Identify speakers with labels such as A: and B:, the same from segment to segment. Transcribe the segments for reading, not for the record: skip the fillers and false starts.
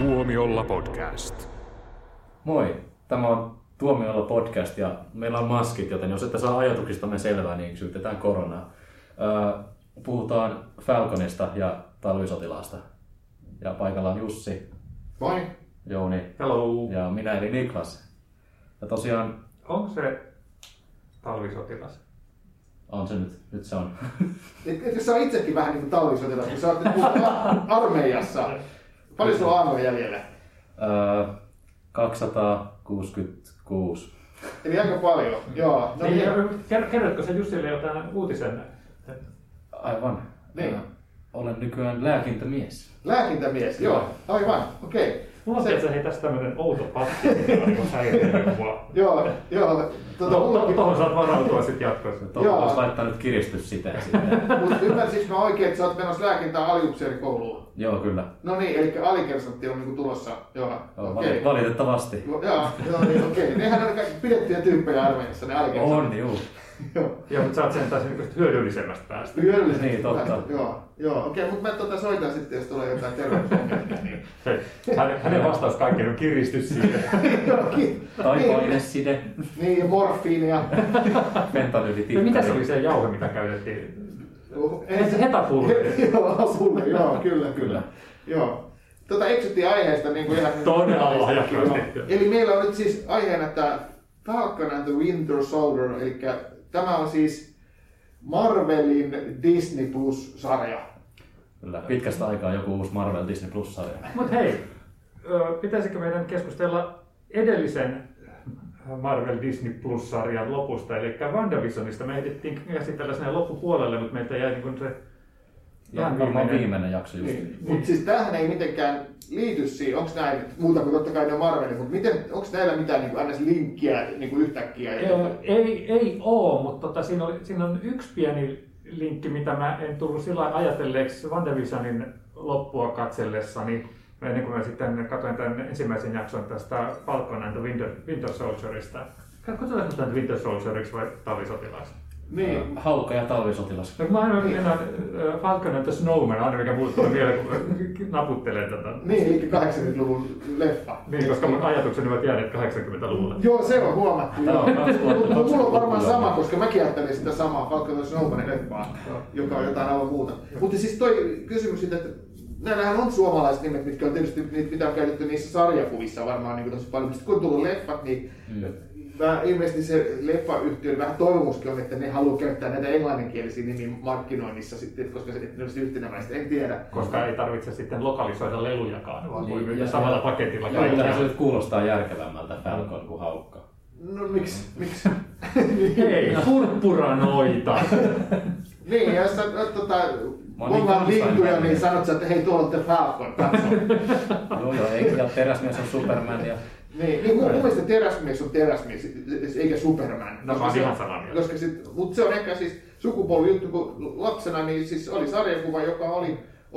A: Tuomiolla podcast.
B: Moi, tämä on Tuomiolla podcast ja meillä on maskit, joten jos ette saa ajatuksistamme selvää, niin syytetään koronaa. Puhutaan Falconista ja talvisotilaasta. Ja paikalla on Jussi.
C: Moi.
B: Jouni.
D: Hello.
B: Ja minä eli Niklas. Ja tosiaan...
D: Onko se talvisotilas?
B: On se nyt se on.
C: Etkö sä itsekin vähän niin kuin talvisotilas, kun sä oot nyt armeijassa? Paljon sulla on armoja jäljellä?
B: 266.
C: Eli aika paljon, joo. No
D: niin, kerrotko sä Jussille jotain uutisen?
B: Aivan.
C: Niin.
B: Olen nykyään lääkintämies.
C: Lääkintämies, joo. Aivan, okei.
D: Mulla on tietysti tästä tämmönen outo patti, joka häiritsee mua.
C: Joo.
D: Tuohon saat varautua sit jatkossa.
B: Tuohon voisi laittaa nyt kiristyssiteen sitten.
C: Mutta ymmärsinkö mä oikein, että sä oot menossa lääkintään aliupseerikouluun?
B: Joo, kyllä.
C: No niin, eli alikersantti on niinku tulossa. Joo, okei.
B: Valitettavasti.
C: Joo, niin okei. Nehän on kaikki pidettyjä tyyppejä armeijassa, ne alikersantit.
B: On, juu.
D: Joo, mutta sä oot sen taas hyödyllisemmästä päästä.
C: Hyödyllisesti.
B: Niin, totta.
C: Joo, okei, mutta mä soitan sitten, jos tulee jotain terveysongelmia. Niin.
D: Hänen vastaus kaikkeen on kiristys siitä.
B: Tai paineside.
C: Niin, ja morfiinia.
B: Fentanylitikkari.
D: Mitä se oli se jauhe, mitä käytettiin? Se hetapulveri.
C: Joo, kyllä. Joo. Eksyttiin aiheesta niin kuin ihan...
D: Todella lahjakkaasti.
C: Eli meillä on nyt siis aiheena tämä Falcon and the Winter Soldier, eli tämä on siis Marvelin Disney Plus-sarja.
B: Kyllä, pitkästä aikaa joku uusi Marvel Disney Plus-sarja.
D: Mut hei, pitäisikö meidän keskustella edellisen Marvel Disney Plus-sarjan lopusta, eli WandaVisionista. Me ehdittiin käsitellä sinne loppupuolelle, mutta meiltä jäi niin kuin se...
B: Ja varmaan viimeinen jakso just.
C: Niin. Mutta siis tämähän ei mitenkään liity siihen, onko näin, muuta kuin totta kai ne Marvelin, mutta onko näillä mitään niin kuin linkkiä niin kuin yhtäkkiä?
D: Ei oo, mutta siinä on yksi pieni linkki, mitä mä en tullut sillä lailla ajatelleeksi WandaVisionin loppua katsellessani, ennen kuin mä sitten katsoin tämän ensimmäisen jakson tästä Falcon and the Winter Soldierista. Kutsutaan sitä Winter Soldieriksi vai talvisotilaasta?
C: Niin.
B: Haukka ja talvisotilas.
D: No, mä aina mennään Falcon and the Snowman, aina mikä mulle tulee mieleen, kun naputtelee tätä.
C: Niin, eli 80-luvun leffa.
D: Niin, koska mun ajatukseni ovat jääneet 80-luvulle.
C: Joo, se on huomattu.
B: Tämä on 2000.
C: Mulla on varmaan sama, koska mäkin ajattelin sitä samaa Falcon and the Snowmanin leffaa, joka on jotain aivan muuta. Mutta siis toi kysymys siitä, että näillähän on suomalaiset nimet, mitkä on tietysti niitä, mitä on käytetty niissä sarjakuvissa varmaan niin tosi paljon. Sitten kun on tullut leffat, niin ilmeisesti se leffayhtiön vähän toivomuskin on, että ne haluaa käyttää näitä englanninkielisiä nimiä markkinoinnissa sitten, koska ne olisi yhtenäväistä, en tiedä.
D: Koska ei tarvitse sitten lokalisoida lelujakaan, vaan voi
B: Niin,
D: myydä samalla paketilla
B: Joo,
D: kaikkea.
B: se nyt kuulostaa järkevämmältä Falcon kuin Haukka.
C: No miksi?
D: Hei, purppuranoita!
C: Niin, jos sä ollaan lintuja, niin sanot sä, että hei, tuolla on The Falcon, katso.
B: Joo, ja Teräsmies on Superman ja...
C: Niin mun mielestä Teräsmies on Teräsmies, eikä Superman.
D: No mä oon ihan samaa mieltä.
C: Mutta se on ehkä siis sukupolvijuttu, kun lapsena niin siis oli sarjakuva, joka oli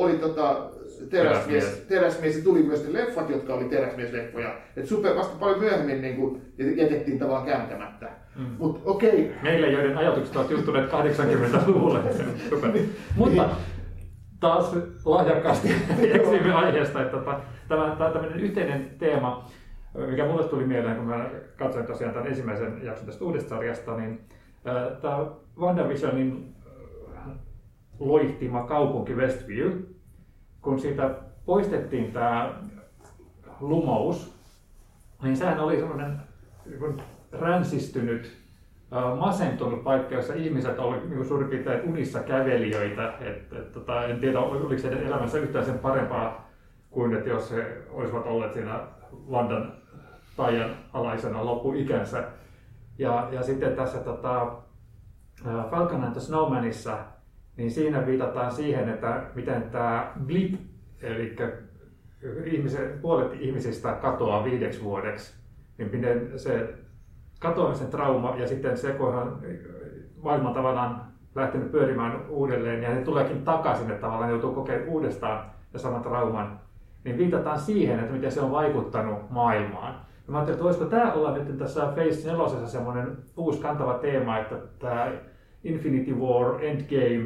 C: Teräsmies, ja tuli myös ne leffat, jotka oli Teräsmies-leffoja. Et vasta paljon myöhemmin niin kuin, jätettiin tavallaan kääntämättä. Mut okei.
D: Meille, joiden ajatukset ovat juttuneet 80-luvulle. Mutta taas lahjakkaasti eksimme aiheesta, että tämä tämmöinen yhteinen teema, mikä mulle tuli mieleen, kun mä katsoin tosiaan tämän ensimmäisen jakson tästä uudesta sarjasta, niin tämä WandaVisionin loihtima kaupunki Westview, kun siitä poistettiin tämä lumous, niin sehän oli semmoinen ränsistynyt, masentunut paikka, jossa ihmiset olivat niin suurin piirtein unissa kävelijöitä. En tiedä, oliko se elämässä yhtään sen parempaa kuin että jos he olisivat olleet siinä Wandan taian alaisena loppuikänsä. Ja sitten tässä Falcon and the Snowmanissa, niin siinä viitataan siihen, että miten tämä blip, eli puolet ihmisistä katoaa 5 vuodeksi, niin miten se katoamisen trauma ja sitten se, kun hän maailman tavallaan lähtenyt pyörimään uudelleen ja hän tuleekin takaisin, että tavallaan joutuu kokemaan uudestaan ja saman trauman, niin viitataan siihen, että miten se on vaikuttanut maailmaan. Ja mä ajattelin, että voisiko tämä olla nyt tässä Phase 4 semmoinen uusi kantava teema, että tämä Infinity War Endgame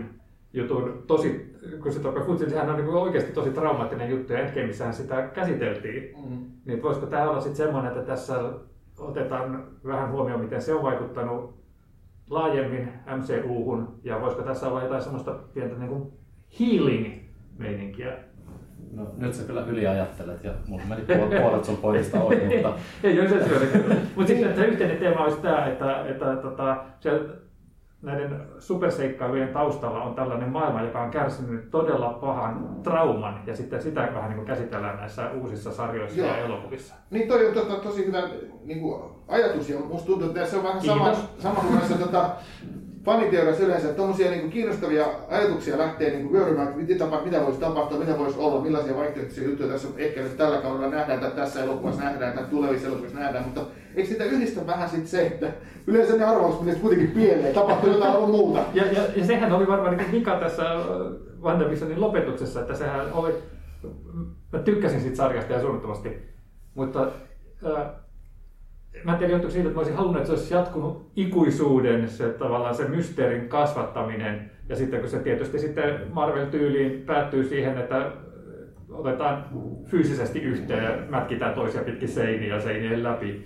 D: jutun kun se Tokyo Futsin, sehän on niin oikeasti tosi traumaattinen juttu ja Endgameissähän sitä käsiteltiin. Niin voisiko tämä olla sitten semmoinen, että tässä otetaan vähän huomioon, miten se on vaikuttanut laajemmin MCU:hun ja voisiko tässä olla jotain semmoista pientä niin kuin healing-meininkiä?
B: No, nyt sä kyllä yliajattelet ja mulla meni puolet sun pointista ohi, mutta...
D: Ei ole se mutta sitten se yhteinen teema olisi tämä, että näiden superseikkailujen taustalla on tällainen maailma, joka on kärsinyt todella pahan trauman ja sitten sitä vähän niin kuin käsitellään näissä uusissa sarjoissa ja elokuvissa.
C: Niin toi on tosi hyvä niin kuin ajatus ja musta tuntuu, että se on vähän sama kuin näissä faniteoriassa yleensä, että tommosia niin kuin kiinnostavia ajatuksia lähtee niin kuin vyörymään, mitä voisi tapahtua, mitä voisi olla, millaisia vaihtoehtoisia juttuja tässä ehkä nyt tällä kaudella nähdään, tai tässä elokuvassa nähdään, tai tulevissa elokuvissa nähdään, mutta eikö sitä yhdistä vähän sit se, että yleensä ne arvaukset menee kuitenkin pieleen, tapahtuu jotain aivan muuta.
D: Ja sehän oli varmaan niin vika tässä WandaVisionin lopetuksessa, että sehän oli, mä tykkäsin siitä sarjasta ja suunnattomasti, mutta mä en tiedä, johtuiko siitä, että mä olisin halunnut, että se olisi jatkunut ikuisuuden, tavallaan se mysteerin kasvattaminen. Ja sitten kun se tietysti sitten Marvel-tyyliin päättyy siihen, että otetaan fyysisesti yhteen ja mätkitään toisia pitkin seiniä seinien läpi,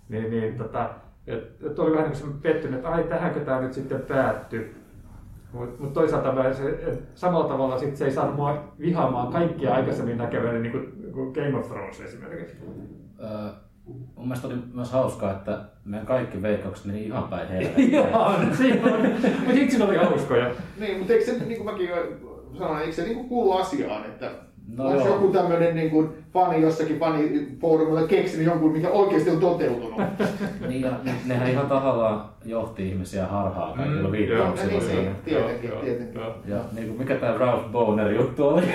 D: että oli vähän niin kuin pettynyt, että ai tähänkö tämä nyt sitten päättyi. Mutta toisaalta samalla tavalla sit se ei saanut mua vihaamaan kaikkia aikaisemmin näkeväni, niin kuin Game of Thrones esimerkiksi.
B: Mun mielestä oli myös hauskaa, että meidän kaikki veikkaukset meni ihan päin helvettiin.
D: Joo, siinä on. Mutta siksi oli hauskoja.
C: Niin, mutta eikö se, niin kuin mäkin sanoin, eikö se niin kuin kuulu asiaan, että
B: no
C: onko joku tämmöinen niin kuin fani jossakin fanifoorumilla keksinyt jonkun, mikä oikeasti on toteutunut?
B: Niin, ja nehän ihan tahallaan johti ihmisiä harhaan kaikilla viittauksilla siinä.
C: Tietenkin.
B: Ja niin kuin, mikä tämä Ralph Boner juttu oli?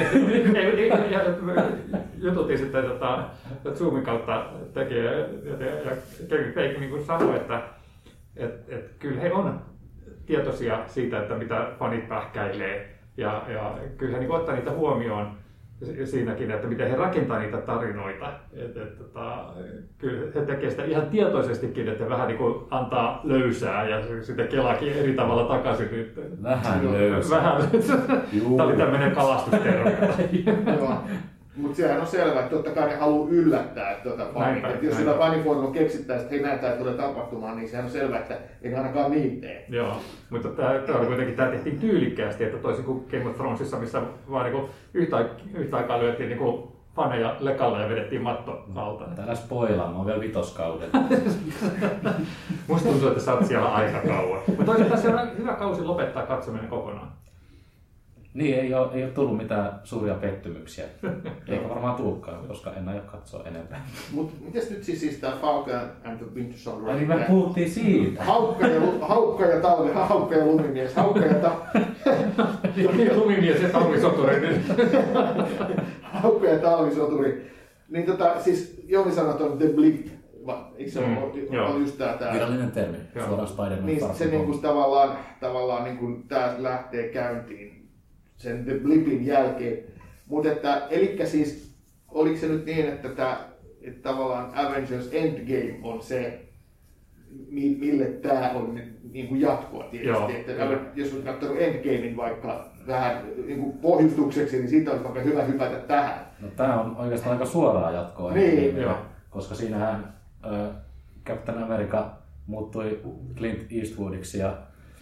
D: Jututin sitten Zoomin kautta tekijä ja Kevin Feige niin sanoi, että kyllä he on tietoisia siitä, että mitä fanit pähkäilee. Ja kyllä he niin ottaa niitä huomioon siinäkin, että miten he rakentaa niitä tarinoita. Kyllä he tekevät sitä ihan tietoisestikin, että vähän niin kuin antaa löysää ja sitten kelaakin eri tavalla takaisin.
B: Vähän löysää.
D: Vähän löysää. Tämä oli tämmöinen kalastustermi.
C: Mutta sehän on selvää, että totta kai ne haluaa yllättää fanit. Että jos sillä fanifoorumilla keksittäisiin, että hei näin tämä tulee tapahtumaan, niin sehän on selvää, että ei ainakaan niin tee.
D: Joo, mutta tämä tehtiin tyylikkäästi, että toisin kuin Game of Thronesissa, missä vaan niin yhtä aikaa lyötiin niin faneja lekalla ja vedettiin matto alta.
B: Täällä spoilaa, mä oon vielä vitoskauden.
D: Musta tuntuu, että sä oot siellä aika kauan. Mutta toisaalta tässä on hyvä kausi lopettaa katsominen kokonaan.
B: Niin, ei ole tullut mitään suuria pettymyksiä. Eikä varmaan tullutkaan, koska en aio katsoa enempää.
C: Mutta mites nyt siis tämä Falcon and the Winter Soldier?
B: Eli me puhuttiin siitä.
C: Haukka ja lumimies.
D: Lumimies ja talvisoturi.
C: Haukka ja talvisoturi. Niin siis Jouni sanoi tuon The Blip. Eikö se ole just tää?
B: Virallinen termi. Suoraan Spider-Man.
C: Niin se niinku tavallaan niinku tää lähtee käyntiin sen The Blipin jälkeen. Mutta elikkä siis, oliko se nyt niin, että tavallaan Avengers Endgame on se, mille tää on niinku jatkoa tietysti. Että jos olet katsonut Endgamein vaikka vähän niinku pohjustukseksi, niin siitä olisi vaikka hyvä hypätä tähän.
B: No tää on oikeastaan aika suoraa jatkoa.
C: Niin.
B: Koska siinähän Captain America muuttui Clint Eastwoodiksi ja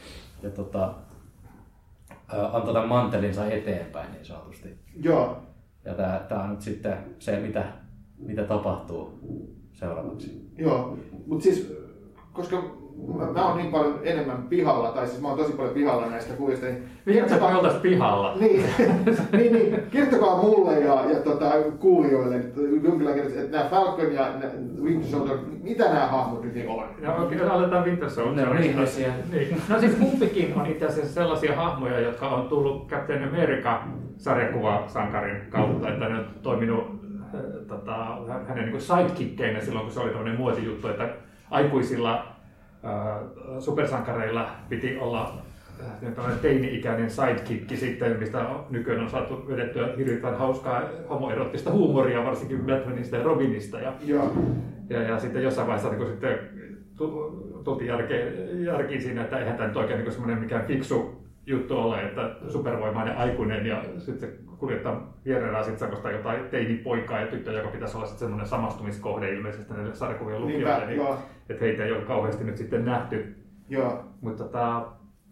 B: antoi tämän mantelinsa eteenpäin niin sanotusti.
C: Joo.
B: Ja tää on nyt sitten se, mitä tapahtuu seuraavaksi.
C: Joo, mutta siis, koska mä oon niin paljon enemmän pihalla, tai siis mä oon tosi paljon pihalla näistä kuvista, niin...
D: Kertokaa oltais pihalla.
C: niin, kertokaa mulle ja kuulijoille jonkinlainen, että nämä Falcon ja Winter Soldier, mitä nämä hahmot nyt on?
D: No aletaan Winter Soldier.
B: Niin.
D: No siis kumpikin on itse asiassa sellaisia hahmoja, jotka on tullut Captain America-sarjakuvasankarin kautta, että ne on toiminut hänen niin sidekickkeinä silloin, kun se oli tämmöinen muotijuttu, että aikuisilla supersankareilla piti olla teini-ikäinen sidekick sitten, mistä nykyään on saatu vedettyä hirveän hauskaa homoerottista huumoria, varsinkin Batmanista ja Robinista. Ja sitten jossain vaiheessa niin tultiin järkiin siinä, että eihän tämä nyt oikein niin semmoinen mikään fiksu juttu ole, että supervoimainen aikuinen ja sitten se kuljettaa vierellä sitten semmoista jotain teinipoikaa ja tyttöä, joka pitäisi olla sitten semmoinen samastumiskohde ilmeisesti näille sarjakuvien lukijoille, niin, että heitä ei ole kauheasti nyt sitten nähty.
C: Joo.
D: Mutta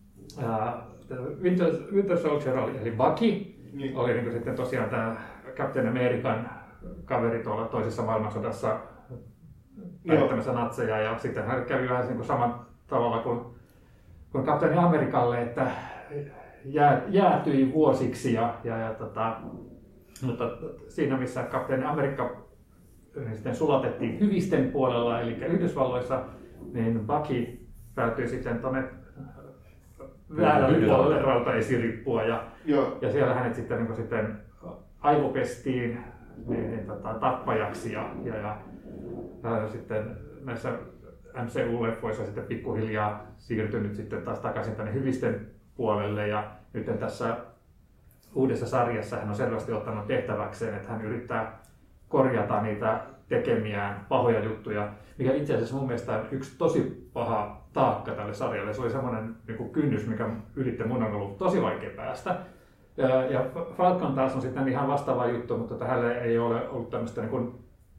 D: Winter Soldier eli Bucky, oli niin sitten tosiaan tämä Captain American kaveri tuolla toisessa maailmansodassa päivittämässä natseja, ja sitten hän kävi vähän niin saman tavalla kuin Captain Americalle, että jäätyi vuosiksi mutta siinä missä Captain America niin sitten sulatettiin hyvisten puolella, eli Yhdysvalloissa, niin Bucky päätyi sitten tuonne väärälle puolelle rautaesirippua ja siellä hänet sitten aivopestiin tappajaksi ja sitten näissä MCU-leffoissa sitten pikkuhiljaa siirtynyt sitten taas takaisin tänne hyvisten puolelle, ja nyt tässä uudessa sarjassa hän on selvästi ottanut tehtäväkseen, että hän yrittää korjata niitä tekemiään pahoja juttuja, mikä itse asiassa mun mielestä on yksi tosi paha taakka tälle sarjalle. Se oli semmoinen niin kynnys, mikä ylitti mun on ollut tosi vaikea päästä. Ja Falcon taas on sitten ihan vastaava juttu, mutta hänellä ei ole ollut tämmöistä niin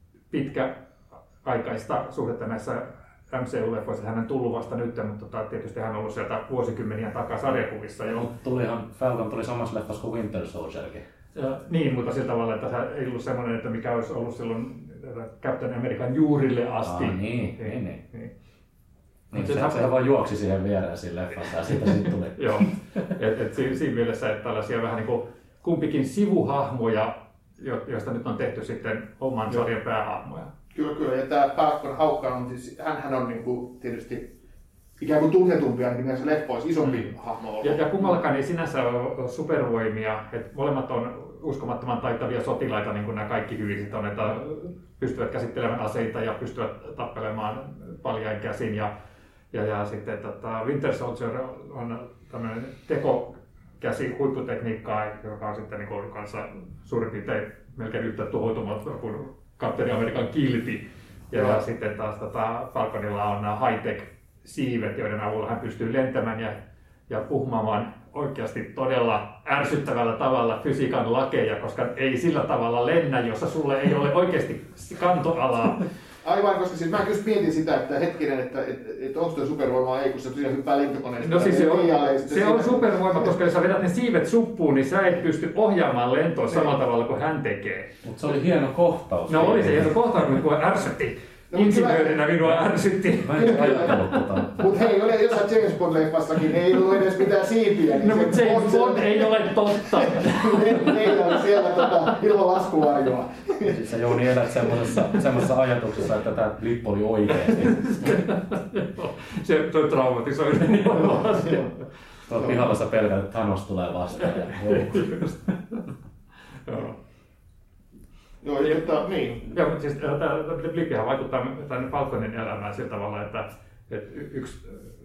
D: pitkäaikaista suhdetta näissä MCU-leffoissa. Hän on tullut vasta nyt, mutta tietysti hän on ollut sieltä vuosikymmeniä takaa sarjakuvissa jo.
B: Falcon tuli samassa leffassa kuin Winter Soldierkin.
D: Niin, mutta sillä tavalla, että hän ei ollut semmoinen, että mikä olisi ollut silloin Captain American juurille asti.
B: Niin. Se vaan juoksi siihen viereen siinä leffassa ja siitä sitten tuli.
D: Joo, siinä mielessä, että tällaisia vähän niin kuin kumpikin sivuhahmoja, joista nyt on tehty sitten oman sarjan päähahmoja.
C: Kyllä, ja tämä Falcon Haukka on, siis, hänhän on niin kuin, tietysti ikään kuin tunnetumpi ainakin näissä leffoissa, isompi hahmo ollut.
D: Ja kummallakaan ei sinänsä ole supervoimia, että molemmat on uskomattoman taitavia sotilaita, niin kuin nämä kaikki hyvisit on, että pystyvät käsittelemään aseita ja pystyvät tappelemaan paljain käsin. Ja sitten Winter Soldier on tämmöinen tekokäsi huipputekniikkaa, joka on sitten niin kanssa suurin piirtein melkein yhtä tuhoutumatta kuin Captain American kilpi. Ja sitten taas Falconilla on nämä high-tech siivet, joiden avulla hän pystyy lentämään ja puhumaan oikeasti todella ärsyttävällä tavalla fysiikan lakeja, koska ei sillä tavalla lennä, jossa sulle ei ole oikeasti kantoalaa.
C: Aivan, koska siis mä just mietin sitä, että hetkinen, että onko tuo supervoimaa, ei kun se tosiaan hyppää lentokoneesta.
D: No siis se on supervoima, koska jos sä vedät ne siivet suppuun, niin sä et pysty ohjaamaan lentoa samalla tavalla kuin hän tekee.
B: Mutta se oli hieno kohtaus.
D: No oli se hieno kohtaus, kun ärsytti. Insinöörinä minua ärsytti.
B: Mä en ajatellut tota.
C: Mut hei, oli jossain James Bond-leffassakin, ei ollut edes mitään siipiä. Niin
D: no mutta James Bond ei ole totta.
C: Ei ole siellä ilman laskuvarjoa.
B: Siis sä Jouni elät semmoisessa ajatuksessa, että tämä lippu oli oikeesti.
D: Se traumatisoi kovasti.
B: Tuolla pihalla sä pelkät, että Thanos tulee vastaan.
C: Joo, niin.
D: Joo, mutta siis tämä Blippihän vaikuttaa tänne Falconin elämään sillä tavalla, että yksi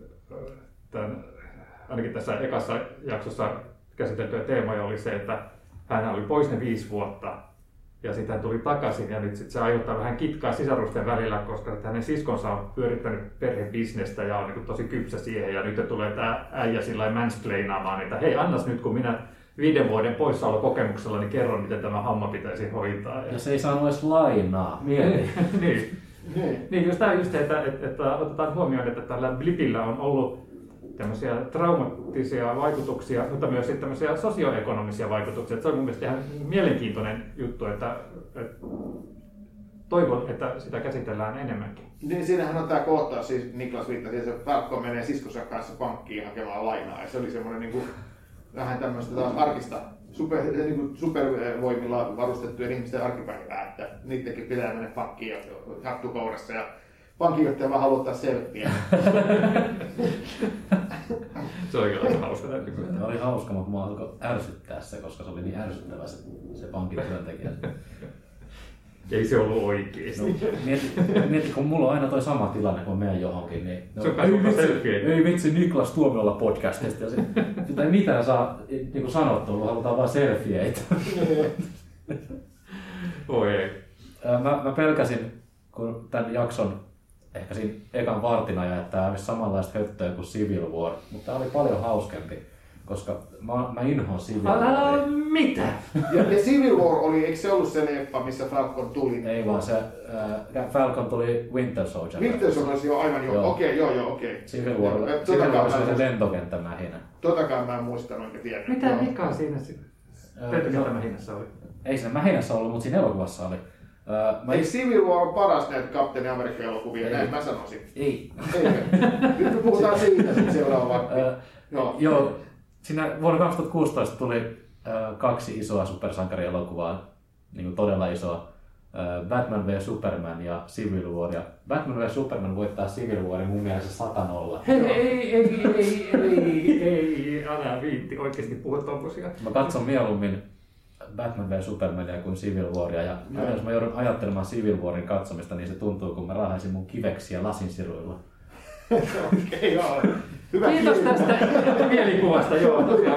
D: ainakin tässä ekassa jaksossa käsiteltyjä teemoja oli se, että hän oli pois ne 5 vuotta ja sitten hän tuli takaisin ja nyt se aiheuttaa vähän kitkaa sisarusten välillä, koska hänen siskonsa on pyörittänyt perhebisnestä ja on niin tosi kypsä siihen ja nyt tulee tämä äijä sillä mansplainaamaan, että hei annas nyt kun minä 5 vuoden poissaolokokemuksella, niin kerron, miten tämä hamma pitäisi hoitaa.
B: Ja se ei saanut edes lainaa, mieti.
D: Niin, just tämä just, että otetaan huomioon, että tällä blipillä on ollut tämmöisiä traumaattisia vaikutuksia, mutta myös sitten tämmöisiä sosioekonomisia vaikutuksia. Että se on mun mielestä ihan mielenkiintoinen juttu, että toivon, että sitä käsitellään enemmänkin.
C: Niin, siinähän on tämä kohtaus, siis Niklas viittasi, että se Falcon menee siskonsa kanssa pankkiin hakemaan lainaa. Ja se oli semmoinen niin kuin vähän tämmöistä taas arkista supervoimilla varustettujen ihmisten arkipäivää, että niidenkin pitää mennä pankkiin hattukourassa ja pankinjohtaja vaan haluaa ottaa selfieä.
D: Se oli kyllä hauska.
B: Se oli hauska, mutta mua alkoi ärsyttää se, koska se oli niin ärsyttävä se pankin työntekijä.
D: Ei se ollut oikeesti.
B: No, mieti, kun mulla on aina toi sama tilanne, kun menen johonkin, niin
D: ei
B: vitsi Niklas Tuomiolla podcastista. Ja sitä ei mitään saa niin sanottua, kun halutaan vaan selfieitä.
D: Oi ei.
B: Mä pelkäsin, kun tämän jakson ehkä siinä ekan vartin ajan, että tämä olisi samanlaista höttöä kuin Civil War, mutta tämä oli paljon hauskempi. koska mä inhoan Civil Waria.
D: Mitä?
C: Ja Civil War oli, eikö se ollut se leffa, missä Falcon tuli?
B: Ei vaan se, Falcon tuli Winter Soldier.
C: Winter Soldier olisi jo aivan jo, okei.
B: Civil War oli se lentokenttämähinä.
C: Totakaan mä en muistanut enkä tiennyt.
D: Mitä vikaa siinä lentokenttämähinässä oli?
B: Ei siinä mähinässä ollut, mutta siinä elokuvassa oli.
C: Ei Civil War on paras näitä Captain America-elokuvia, näin mä sanoisin.
B: Ei.
C: Nyt me puhutaan siitä sitten seuraavaan.
B: Joo, siinä vuonna 2016 tuli 2 isoa supersankarielokuvaa, niin kuin todella isoa. Batman v Superman ja Civil War. Ja Batman v Superman voittaa Civil Warin mun mielestä 100-0.
D: Ei, älä viitti oikeesti puhua tommosia.
B: Mä katson mieluummin Batman v Supermania kuin Civil Waria. Ja jos mä joudun ajattelemaan Civil Warin katsomista, niin se tuntuu, kun mä raahaisin mun kiveksiä lasinsiruilla.
C: Okei, joo. Hyvä
D: kiitos tästä mielikuvasta, joo. Tosiaan,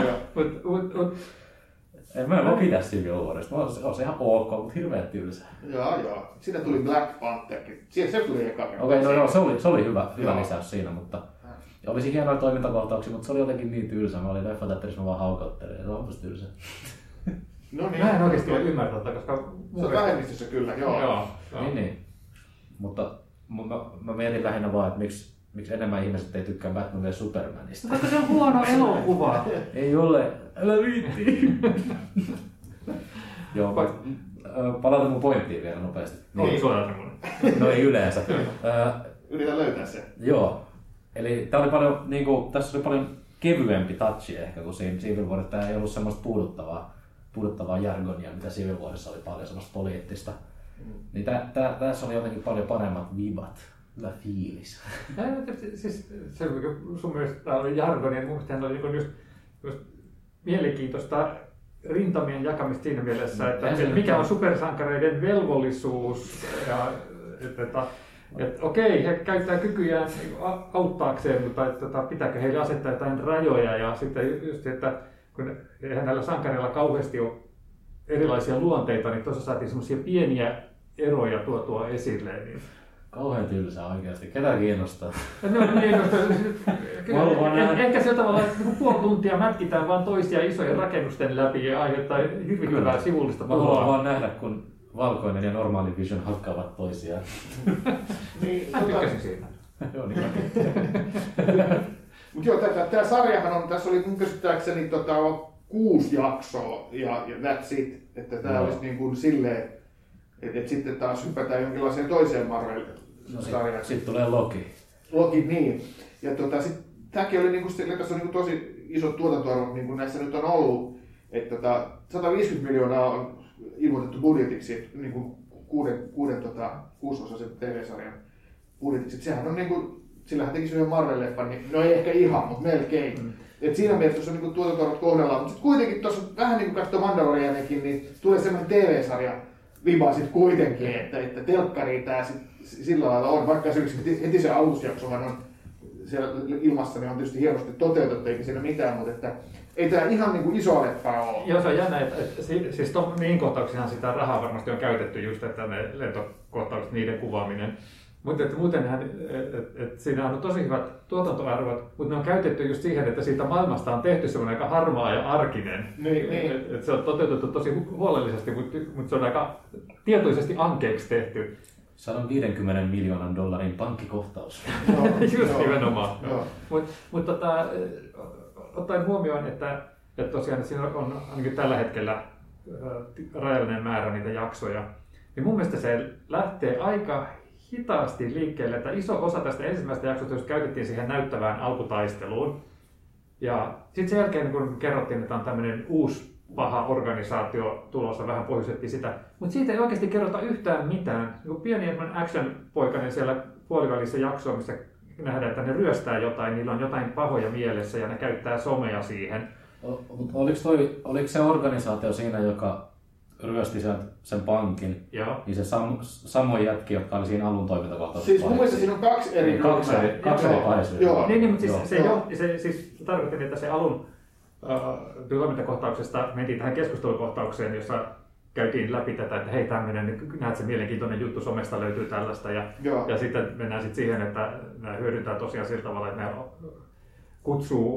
B: mä en voi pitää Civil Warista. On se ihan ok, mutta hirveän tylsä.
C: Joo. Siinä tuli Black Pantherkin. Se tuli eka kerta.
B: Okei, no joo, se oli hyvä lisäys siinä, mutta ja olisi hienoja toimintakohtauksia, mutta se oli jotenkin niin tylsä. Mä olin leffateatterissa, mä vaan haukouttelin. Se onpas tylsä.
C: No niin.
D: Mä en oikeesti voi ymmärtää, koska
C: se on vähemmistössä kyllä, joo.
B: Niin. Mutta mä mietin lähinnä vaan, että miksi enemmän ihmiset ei tykkää Batman v Supermanista.
D: Koska se on huono elokuva.
B: Ei ole. Älä viitti. Joo, palataan mun pointtiin vielä nopeasti.
D: Niin, suoraan semmoinen.
B: No ei yleensä.
C: Yritä löytää se.
B: Joo. Eli tää oli paljon, tässä oli paljon kevyempi touchi ehkä kuin siinä Civil Warissa. Tää ei ollut semmoista puuduttavaa jargonia, mitä Civil Warissa oli paljon semmoista poliittista. Niin tässä oli jotenkin paljon paremmat vibat. Hyvä fiilis.
D: Siis se, sun mielestä tää oli jargonia, mun mielestä oli just mielenkiintoista rintamien jakamista siinä mielessä, että mikä on supersankareiden velvollisuus ja että okei, he käyttää kykyjään auttaakseen, mutta että pitääkö heille asettaa jotain rajoja ja sitten just, että kun eihän näillä sankareilla kauheasti ole erilaisia luonteita, niin tuossa saatiin semmoisia pieniä eroja tuotua esille. Niin.
B: Kauhean tylsää oikeasti. Ketä kiinnostaa?
D: No niin, ehkä sillä tavalla, että puoli tuntia mätkitään vaan toisia isojen rakennusten läpi ja aiheuttaa hirvittävää sivullista
B: puhua. Mä haluan vaan nähdä, kun valkoinen ja normaali Vision hakkaavat toisiaan.
C: Niin,
D: mä tykkäsin siitä.
B: Joo, niin
C: Mutta joo, tämä sarjahan on, tässä oli mun käsittääkseni 6 jaksoa ja that's it. Että tämä olisi niin kuin silleen, että sitten taas hypätään jonkinlaiseen toiseen Marvel-sarjaan.
B: Sitten tulee Loki.
C: Loki, niin. Ja tämäkin oli, tässä on tosi isot tuotantoarvot, niin kuin näissä nyt on ollut. Että 150 miljoonaa on ilmoitettu budjetiksi, niin kuin 6-osaisen TV-sarjan budjetiksi. Sehän on niin kuin, sillähän tekisi yhden Marvel-leffan, niin no ei ehkä ihan, mutta melkein. Et siinä mielessä on niin tuotantoarvot kohdallaan, mutta sitten kuitenkin tuossa vähän niin kuin katsoo Mandalorianiakin, niin tulee semmoinen TV-sarja viba sitten kuitenkin, että telkkari tämä sillä lailla on, vaikka esimerkiksi heti se alusjaksohan on siellä ilmassa, niin on tietysti hienosti toteutettu, eikä siinä mitään, mutta että ei tämä ihan niin kuin iso leppää ole.
D: Joo, se on jännä, että siis niin kohtauksihan sitä rahaa varmasti on käytetty just, että ne lentokohtaukset, niiden kuvaaminen. Mutta muutenhan, että siinä on tosi hyvät tuotantoarvot, mutta ne on käytetty just siihen, että siitä maailmasta on tehty semmoinen aika harmaa ja arkinen.
C: Niin.
D: Että se on toteutettu tosi huolellisesti, mutta se on aika tietoisesti ankeeksi tehty.
B: 150 miljoonan dollarin pankkikohtaus.
D: Just nimenomaan. Mutta ottaen huomioon, että tosiaan siinä on ainakin tällä hetkellä rajallinen määrä niitä jaksoja, niin mun mielestä se lähtee aika hitaasti liikkeelle, että iso osa tästä ensimmäisestä jaksosta just käytettiin siihen näyttävään alkutaisteluun. Ja sitten sen jälkeen, kun kerrottiin, että on tämmöinen uusi paha organisaatio tulossa, vähän pohjustettiin sitä. Mutta siitä ei oikeasti kerrota yhtään mitään. Pieni action-poikainen siellä puolivälissä jaksoa, missä nähdään, että ne ryöstää jotain, niillä on jotain pahoja mielessä ja ne käyttää somea siihen.
B: Oliko se organisaatio siinä, joka ryösti sen pankin,
D: Joo.
B: Niin se samoin jätki, jotka oli siinä alun toimintakohtaisessa.
C: Siis mun mielestä siinä on kaksi eri
B: paisyä.
C: Joo.
D: Niin, mutta se siis tarkoitti, että se alun toimintakohtauksesta mentiin tähän keskustelukohtaukseen, jossa käytiin läpi tätä, että hei tämmöinen, näet se mielenkiintoinen juttu, somesta löytyy tällaista. Ja sitten mennään sitten siihen, että nämä hyödyntää tosiaan sillä tavalla, että ne kutsuu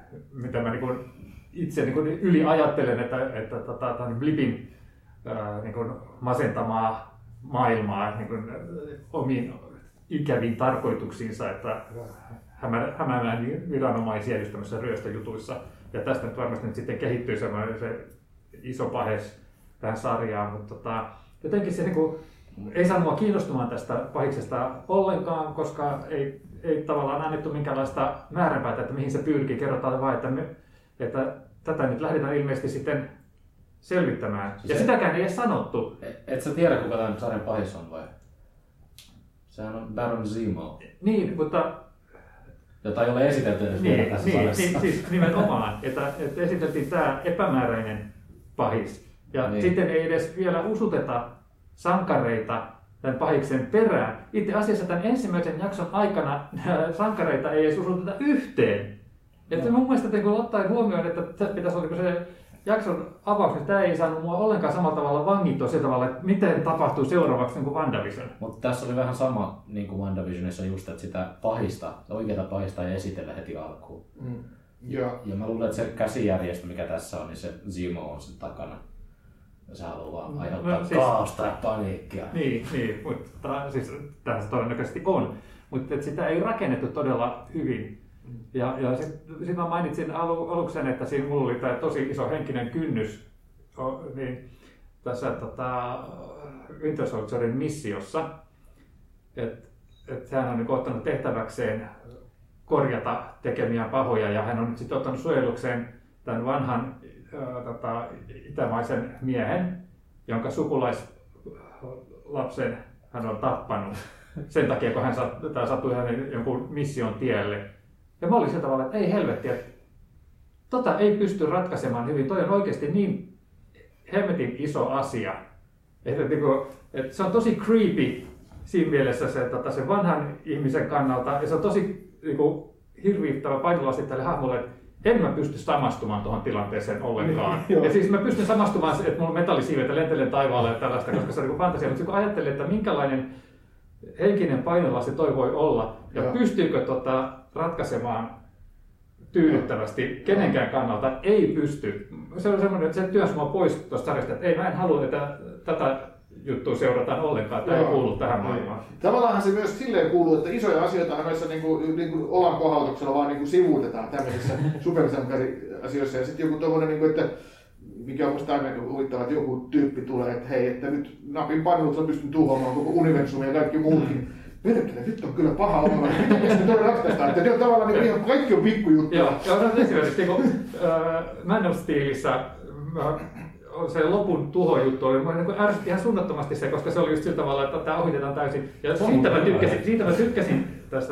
D: mitä mä niin itse niin yli ajattelen, että Blipin niin masentamaa maailmaa niin omiin ikäviin tarkoituksiinsa, että hämäämään viranomaisia just tämmöisissä ryöstöjutuissa. Ja tästä nyt varmasti nyt sitten kehittyy semmoinen se iso pahes tähän sarjaan, mutta jotenkin se niin ei saanut mua kiinnostumaan tästä pahiksesta ollenkaan, koska ei tavallaan annettu minkäänlaista määränpäätä, että mihin se pyrkii. Kerrotaan vain, että tätä nyt lähdetään ilmeisesti sitten selvittämään. Ja sitäkään ei edes sanottu.
B: Et sä tiedä, kuka tämän sarjan pahis on vai? Sehän on Baron Zemo.
D: Niin, mutta...
B: Jota ei ole esitelty vielä tässä sarjassa.
D: Niin, siis nimenomaan, että esiteltiin tämä epämääräinen pahis. Ja sitten ei edes vielä usuteta sankareita tämän pahiksen perään. Itse asiassa tämän ensimmäisen jakson aikana sankareita ei edes usuteta yhteen. Että mun mielestä kun ottaen huomioon, että tässä pitäisi olla se jakson avaus, niin tämä ei saanut mua ollenkaan samalla tavalla vangittua sillä tavalla, että miten tapahtuu seuraavaksi niin kuin WandaVision.
B: Mutta tässä oli vähän sama niin kuin WandaVisionissa just, että sitä pahista, oikeata pahista ei esitellä heti alkuun. Ja mä luulen, että se käsijärjestö, mikä tässä on, niin se Zemo on sen takana. Ja se haluaa vaan aiheuttaa kaaosta ja paniikkia.
D: Niin, mutta siis tämä se todennäköisesti on. Mutta sitä ei rakennettu todella hyvin. Ja sitten mä mainitsin aluksi, että siinä mulla oli tämä tosi iso henkinen kynnys niin tässä Winter Soldierin missiossa. Hän on niin ottanut tehtäväkseen korjata tekemiä pahoja ja hän on nyt sitten ottanut suojelukseen tämän vanhan itämaisen miehen, jonka sukulaislapsen hän on tappanut sen takia, kun hän sattui hänen jonkun mission tielle. Ja mä olin sillä tavalla, että ei helvetti, että tota ei pysty ratkaisemaan hyvin. Toi on oikeasti niin hemmetin iso asia. Että se on tosi creepy siinä mielessä se vanhan ihmisen kannalta. Ja se on tosi hirvittävä painolasti tälle hahmolle, että en mä pysty samastumaan tuohon tilanteeseen ollenkaan. Ja siis mä pystyn samastumaan, että mulla on metallisiiveitä lentelee taivaalle ja tällaista, koska se on fantasia. Mutta kun ajattelee, että minkälainen henkinen painolasti toi voi olla ja pystyykö ratkaisemaan tyydyttävästi kenenkään kannalta, ei pysty. Se on semmoinen, että se työnsi mua pois tuosta sarjasta, että ei, mä en halua, että tätä juttua seurataan ollenkaan, tämä ei kuulu tähän maailmaan.
C: Tavallaan se myös silleen kuuluu, että isoja asioita noissa olan kohautuksella vaan sivuutetaan tämmöisissä supersankari-asioissa. Ja sitten joku tommoinen, että mikä on musta aina huvittava, että joku tyyppi tulee, että hei, että nyt napin panelulla pystyn tuhoamaan koko universumia ja kaikki muutkin. Perkele, nyt on kyllä paha ongelma. Miten se ratkaistaan? Että ne on tavallaan ihan kaikki on pikkujuttuja.
D: Joo, esimerkiksi Man of Steelissä se lopun tuhojuttu oli ärsytti ihan suunnattomasti se, koska se oli just sillä tavalla, että tämä ohitetaan täysin. Ja siitä mä tykkäsin tästä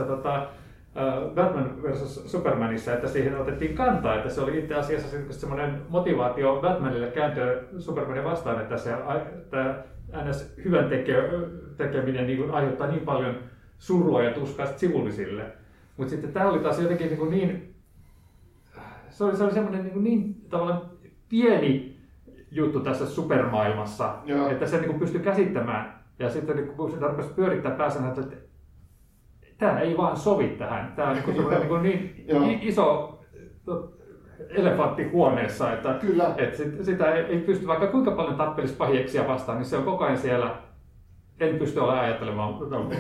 D: Batman vs. Supermanissa, että siihen otettiin kantaa, että se oli itse asiassa semmoinen motivaatio Batmanille kääntyä Supermanin vastaan, että tämä ns. Hyvän tekeminen niin aiheuttaa niin paljon surua ja tuskaa sivullisille. Mutta sitten tämä oli taas jotenkin se oli semmoinen niin tavallaan pieni juttu tässä supermaailmassa, että se pystyi käsittämään. Ja sitten kun se rupesi pyörittää päässä, että tämä ei vaan sovi tähän. Tämä on niin iso elefantti huoneessa, että sitä ei pysty, vaikka kuinka paljon tappelisi pahieksia vastaan, niin se on koko ajan siellä. En pysty olemaan ajattelemaan.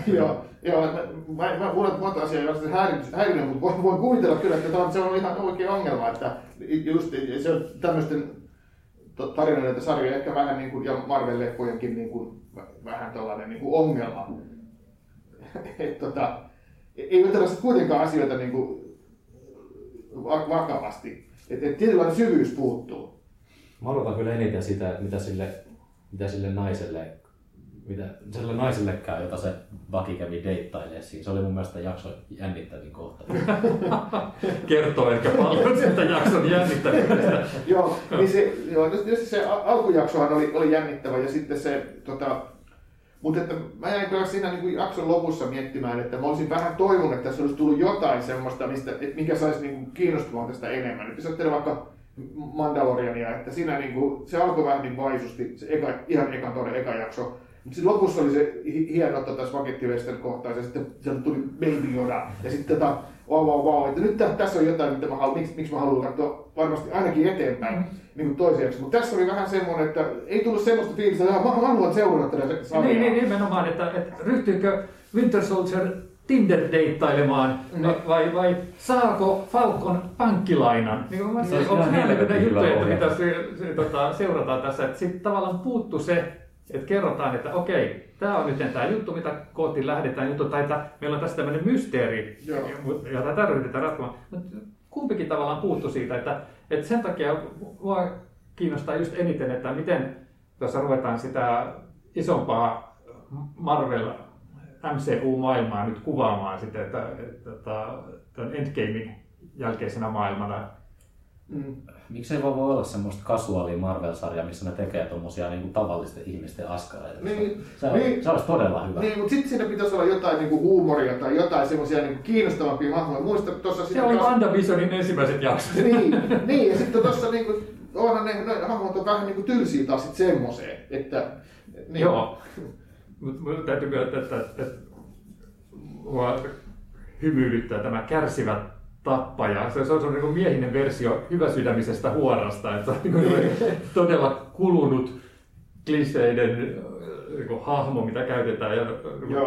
C: Mä luulen, että monta asiaa ei ole häirinyt, mutta voin kuvitella kyllä, että se on ihan oikein ongelma, että just se on tämmöisten tarinoiden sarjoja ehkä vähän niin kuin, ja Marvel-leffojenkin niin kuin, vähän tällainen niin kuin ongelma. Ei oteta kuitenkaan asioita niin kuin, vakavasti. Tietynlainen syvyys puuttuu.
B: Mä odotan kyllä eniten sitä, että mitä sille naiselle käy, jota se Bucky kävi deittailemaan siinä. Se oli mun mielestä jakson jännittävin kohta.
D: Kertoo ehkä paljon siitä jakson jännittävyydestä.
C: Se alkujaksohan oli jännittävä ja sitten se mutta että mä jäin kyllä siinä niin jakson lopussa miettimään, että mä olisin vähän toivonut, että tässä olisi tullut jotain semmoista, mikä saisi niin kiinnostumaan tästä enemmän. Että jos ajattelee vaikka Mandaloriania, että siinä niin kuin, se alkoi vähän niin vaisusti, se ihan eka jakso. Mutta sitten lopussa oli se hieno Spaghetti Western kohtaus ja sitten sieltä tuli Baby Yoda ja sitten wow, että nyt tässä on jotain, mitä miksi mä haluan katsoa varmasti ainakin eteenpäin niin kuin toiseksi. Mutta tässä oli vähän semmoinen, että ei tullut semmoista fiilistä, että mä haluan seurata tätä sarjaa.
D: Niin, nimenomaan, että ryhtyykö Winter Soldier Tinder-deittailemaan vai saako Falcon pankkilainan? Niin onko näitä juttuja, että mitä seurataan tässä? Että sitten tavallaan puuttuu se, että kerrotaan, että okei, tämä on nyt tämä juttu, mitä kohti lähdetään juttu, tai meillä on tässä tämmöinen mysteeri, ja tätä ryhdytään ratkomaan. Kumpikin tavallaan puuttuu siitä, että sen takia mua kiinnostaa just eniten, että miten tuossa ruvetaan sitä isompaa Marvel MCU-maailmaa nyt kuvaamaan sitten, että tämän Endgamein jälkeisenä maailmana.
B: Miksei voi olla semmoista kasuaalia Marvel-sarjaa, missä ne tekee tommosia niinku tavallisten ihmisten askaleita? Se olisi todella hyvä.
C: Niin, mutta sitten siinä pitäisi olla jotain niinku huumoria tai jotain semmoisia niinku kiinnostavampia hahmoja. Muista tuossa
D: se oli WandaVisionin ensimmäiset jaksot.
C: Niin, ja sitten tuossa niinku, onhan ne hahmot on vähän niinku tylsiä taas sit semmoseen. Että, niin.
D: Joo, mutta täytyy myöntää, että mua hymyilyttää tämä kärsivä tappaja. Se on niin kuin miehinen versio hyväsydämisestä huorasta, että se on niin todella kulunut kliseiden niin hahmo, mitä käytetään. Ja,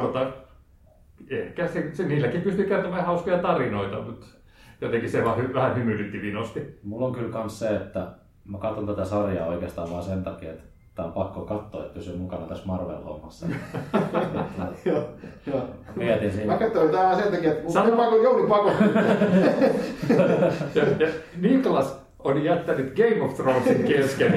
D: ehkä se niilläkin pystyy kertomaan hauskoja tarinoita, mutta jotenkin se vaan vähän hymyilytti vinosti.
B: Mulla on kyllä myös se, että mä katson tätä sarjaa oikeastaan vaan sen takia, että tää on pakko katsoa, että pysyy mukana tässä Marvel-hommassa.
C: Joo.
B: Mietin siinä.
C: Mä katsoin tää sen takia, että Jouni pakotti.
D: Ja Niklas on jättänyt Game of Thronesin kesken.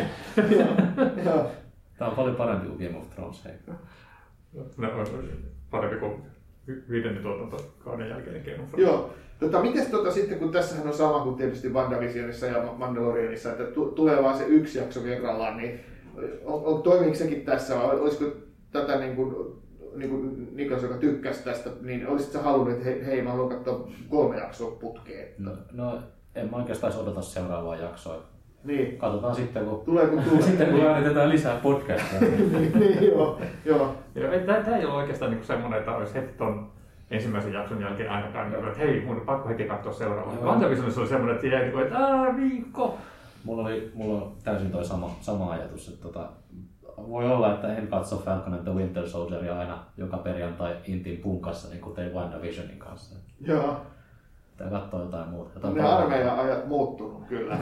B: Tää on paljon parempi kuin Game of Thrones.
D: No, parempi kuin 5. tuotantokauden jälkeinen Game of Thrones.
C: Joo. Mites sitten, kun tässähän on sama kuin tietysti WandaVisionissa ja Mandalorianissa, että tulee vaan se yksi jakso kerrallaan, niin toimiiko sekin tässä, vai olisiko tätä niin kuin Niklas, joka tykkäsi tästä, niin olisitko sä halunnut, että hei mä haluan katsoa 3 jaksoa putkeen?
B: No en mä oikeastaan odota seuraavaa jaksoa.
C: Niin.
B: Katsotaan sitten, kun
C: Sitten
B: kun äänitetään lisää podcastia.
C: Niin, joo.
D: Tämä ei ole oikeastaan niin semmoinen, että olisi heti ton ensimmäisen jakson jälkeen ainakaan, että hei, mun on pakko heti katsoa seuraavaa. WandaVisionissa oli semmoinen, että jäi, että viikko.
B: Mulla on täysin toi sama ajatus, että voi olla, että en katso Falcon and the Winter Soldieria aina joka perjantai Intin punkassa, niin kuin tein WandaVisionin kanssa.
C: Joo.
B: Pitää katsoa jotain muuta.
C: Ne armeijan ajat muuttunut, kyllä.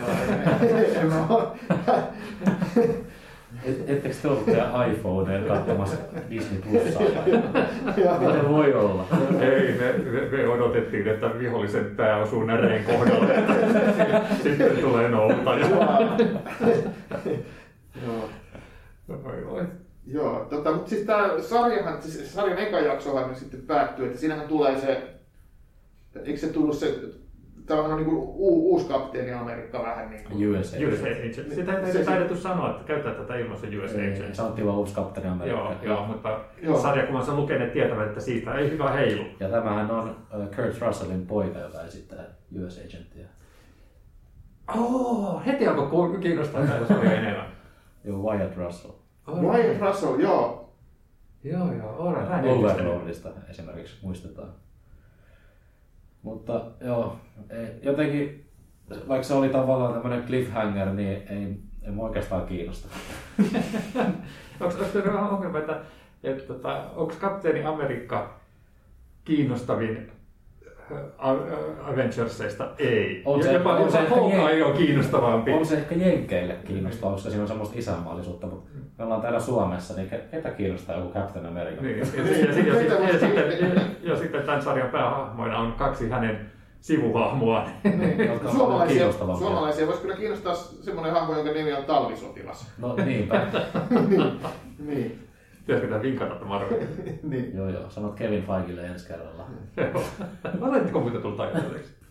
B: Ettekö te ollut teidän iPhoneen katsomassa Disney Plusaa? Miten voi olla?
D: Ei, me odotettiin, että vihollisen pää osuu näreen kohdalle. Sitten tulee nouta.
C: Joo, mutta siis tämä sarjan eka jaksohan nyt sitten päättyy, että siinähän tulee se, eikö se tullut se, tämä on niin kuin uusi kapteeni Amerikka vähän niin kuin.
B: US
D: Agent. Sitä ei taidettu sanoa, että käyttää tätä ilmassa US Agent.
B: Sanottiin vaan uusi kapteeni Amerikka.
D: Joo, mutta sarjakuvansa lukeneet tietävät, että siitä ei hyvä heilu.
B: Ja tämähän on Kurt Russellin poika, joka esittää US Agentia.
D: Heti alkoi kiinnostaa näitä sarjoja enemmän.
B: Joo, Wyatt Russell.
C: Wyatt Russell, joo.
D: Joo,
B: Overlordista esimerkiksi muistetaan. Mutta joo, jotenkin, vaikka se oli tavallaan tämmöinen cliffhanger, niin ei mua oikeastaan kiinnosta.
D: Onko teillä vähän ongelma, että onko Kapteeni Amerikka kiinnostavin Avengersista? Ei.
B: On se
D: Hawkeye on kiinnostavampi.
B: On se ehkä jenkeille kiinnostavaa, koska siinä on semmoista isänmaallisuutta, mutta me ollaan täällä Suomessa, niin ketä kiinnostaa joku Captain America?
D: Niin, ja sitten tämän sarjan päähahmoina on 2 hänen sivuhahmoa.
C: Suomalaisia voisi kyllä kiinnostaa semmoinen hahmo, jonka nimi on Talvisotilas.
B: No niinpä.
C: Niin.
D: Pitäisikö tämä vinkata Marvelille?
C: Niin.
B: Joo, sanot Kevin Feigelle ensi kerralla.
D: Oletteko muuten tullut ajatelleeksi?